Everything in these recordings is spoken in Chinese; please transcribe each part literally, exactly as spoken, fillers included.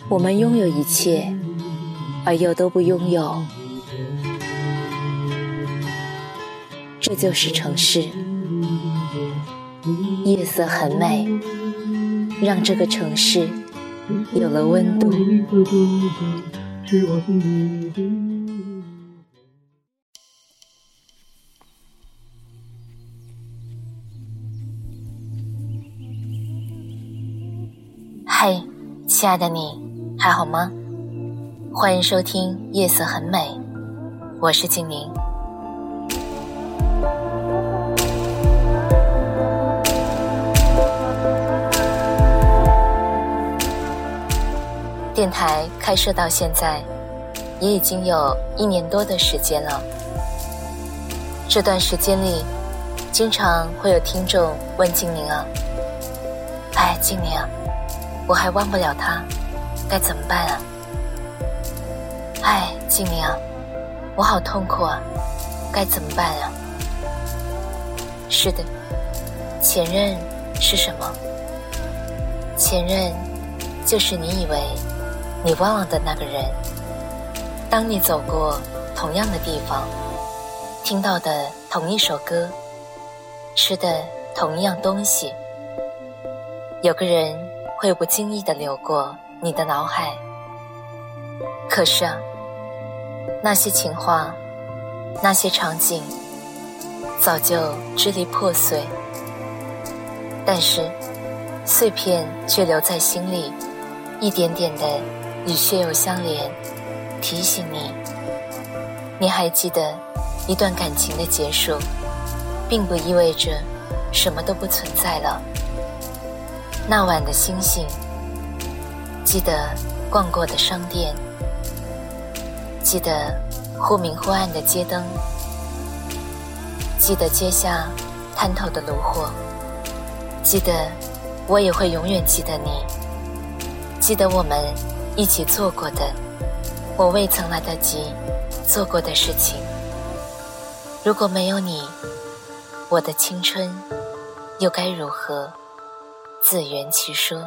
我们拥有一切，而又都不拥有。这就是城市，夜色很美，让这个城市有了温度。嗨，亲爱的你，还好吗？欢迎收听夜色很美，我是静宁。电台开设到现在也已经有一年多的时间了。这段时间里，经常会有听众问静宁啊，哎，静宁啊，我还忘不了他，该怎么办啊？哎，静宁啊，我好痛苦啊，该怎么办啊？是的，前任是什么？前任就是你以为你忘了的那个人。当你走过同样的地方，听到的同一首歌，吃的同一样东西，有个人会不经意地流过你的脑海。可是啊，那些情话，那些场景早就支离破碎，但是碎片却留在心里，一点点的与血肉相连，提醒你，你还记得一段感情的结束，并不意味着什么都不存在了。那晚的星星，记得逛过的商店，记得忽明忽暗的街灯，记得街下摊头的炉火，记得我也会永远记得你，记得我们一起做过的我未曾来得及做过的事情。如果没有你，我的青春又该如何自圆其说？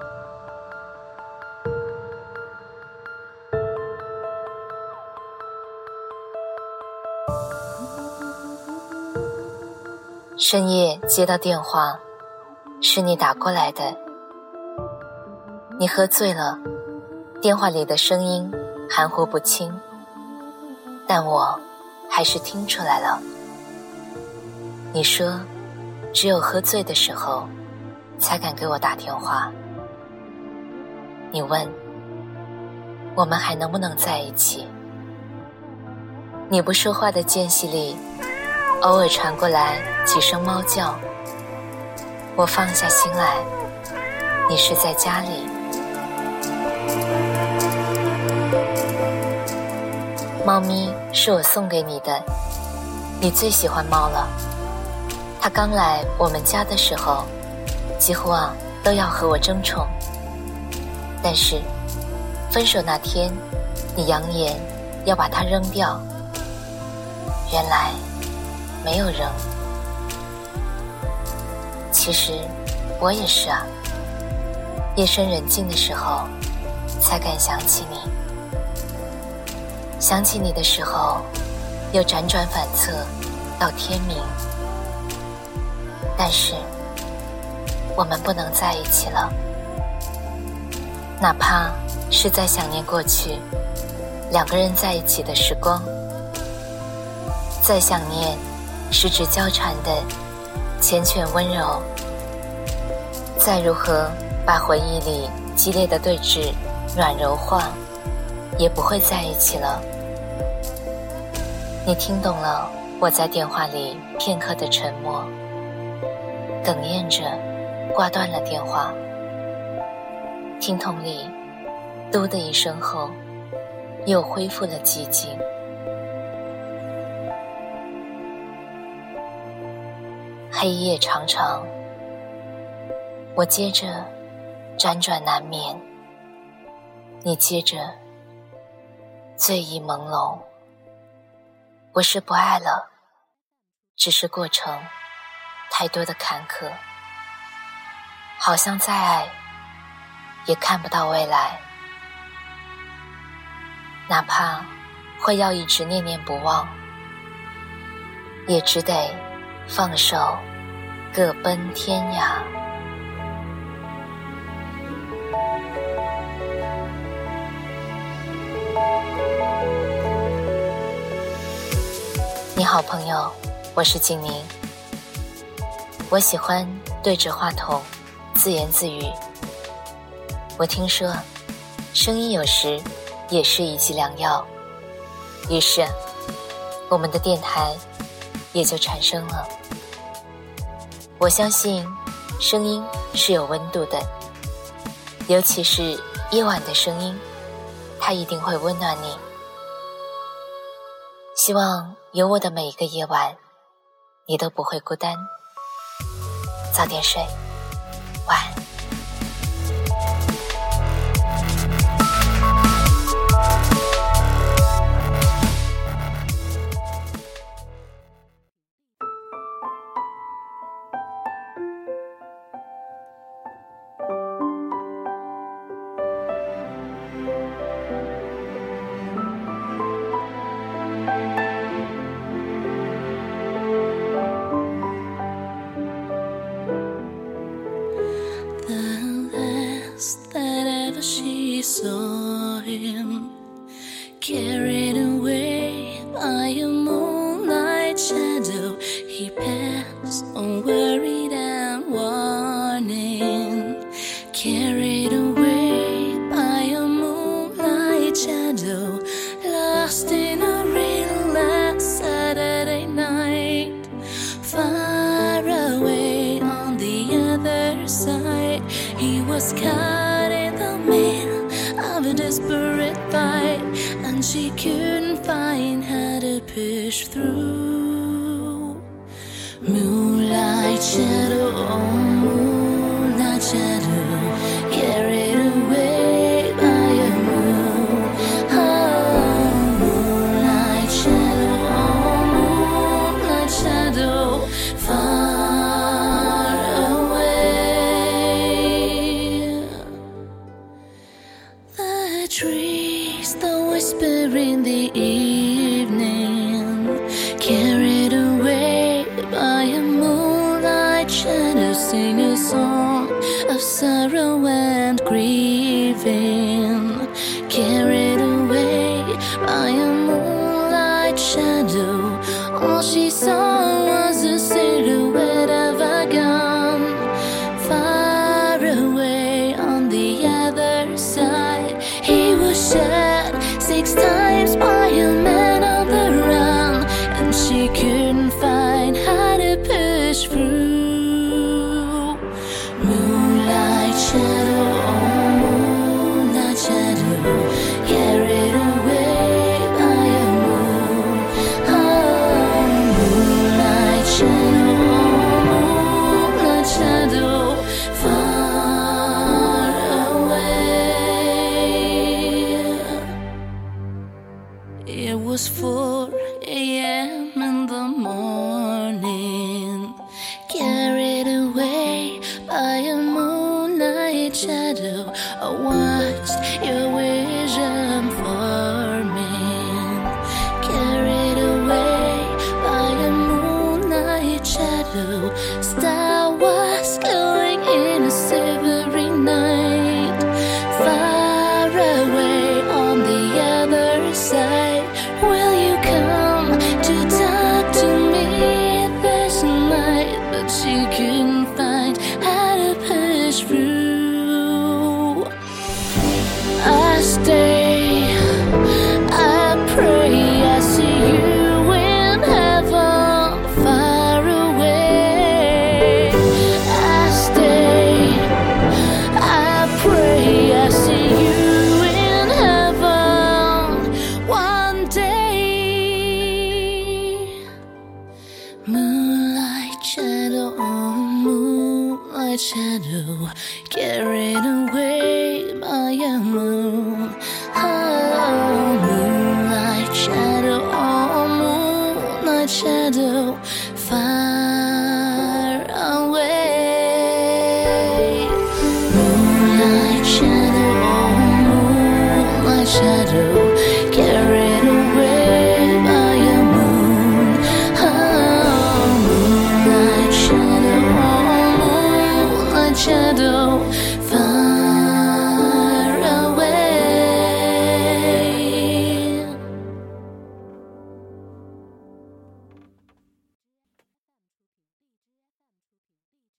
深夜接到电话，是你打过来的。你喝醉了，电话里的声音含糊不清，但我还是听出来了。你说，只有喝醉的时候才敢给我打电话。你问，我们还能不能在一起？你不说话的间隙里，偶尔传过来几声猫叫。我放下心来，你是在家里。猫咪是我送给你的，你最喜欢猫了。它刚来我们家的时候，几乎啊都要和我争宠。但是分手那天，你扬言要把它扔掉。原来没有扔。其实我也是啊，夜深人静的时候才敢想起你。想起你的时候，又辗转反侧到天明。但是我们不能在一起了，哪怕是在想念过去两个人在一起的时光，在想念十指交缠的缱绻温柔，再如何把回忆里激烈的对峙软柔化，也不会在一起了。你听懂了我在电话里片刻的沉默，哽咽着挂断了电话。听筒里嘟的一声后，又恢复了寂静。黑夜长长，我接着辗转难眠，你接着醉意朦胧。我是不爱了，只是过程太多的坎坷，好像再爱也看不到未来。 哪怕会要一直念念不忘，也只得放手各奔天涯。你好朋友，我是静宁。我喜欢对着话筒自言自语。我听说声音有时也是一剂良药，于是我们的电台也就产生了。我相信声音是有温度的，尤其是夜晚的声音，它一定会温暖你。希望有我的每一个夜晚，你都不会孤单。早点睡，晚安。 Saw him carried away by a moonlight shadow. He passed unworried and warning. Carried away by a moonlight shadow, lost in a relaxed Saturday night. Far away on the other side, he was caught in the middle of a desperate fight, and she couldn't find how to push through. Moonlight shadow, oh moonlight shadow, carried away by a moon. Oh moonlight shadow, oh moonlight shadow, far away. The trees, the whisper in the evening, carried away by a moonlight shadow, sing a song of sorrow and grieving. Carried away by a moonlight shadow, all she saw was a silhouette of a gun. Far away on the other side, he was shot six times by a man on the run, and she couldn't find how to push through. Moonlight shadow, oh moonlight shadow, carried away by a moon. Oh moonlight shadow, oh moonlight shadow, far away. It was four a.m. in the morning, carried away by a moonlight shadow. I watched your vision forming, carried away by a moonlight shadow. Star was glowing in a silvery night. Far away on the other side, will you come to talk to me this night? But she couldn't find how to push through. I stay, I pray, I see you in heaven, far away. I stay, I pray, I see you in heaven one day. Moonlight shadow, oh moonlight shadow, carried away by a moon. Oh moonlight shadow, oh moonlight shadow, far away. Moonlight shadow, oh moonlight shadow,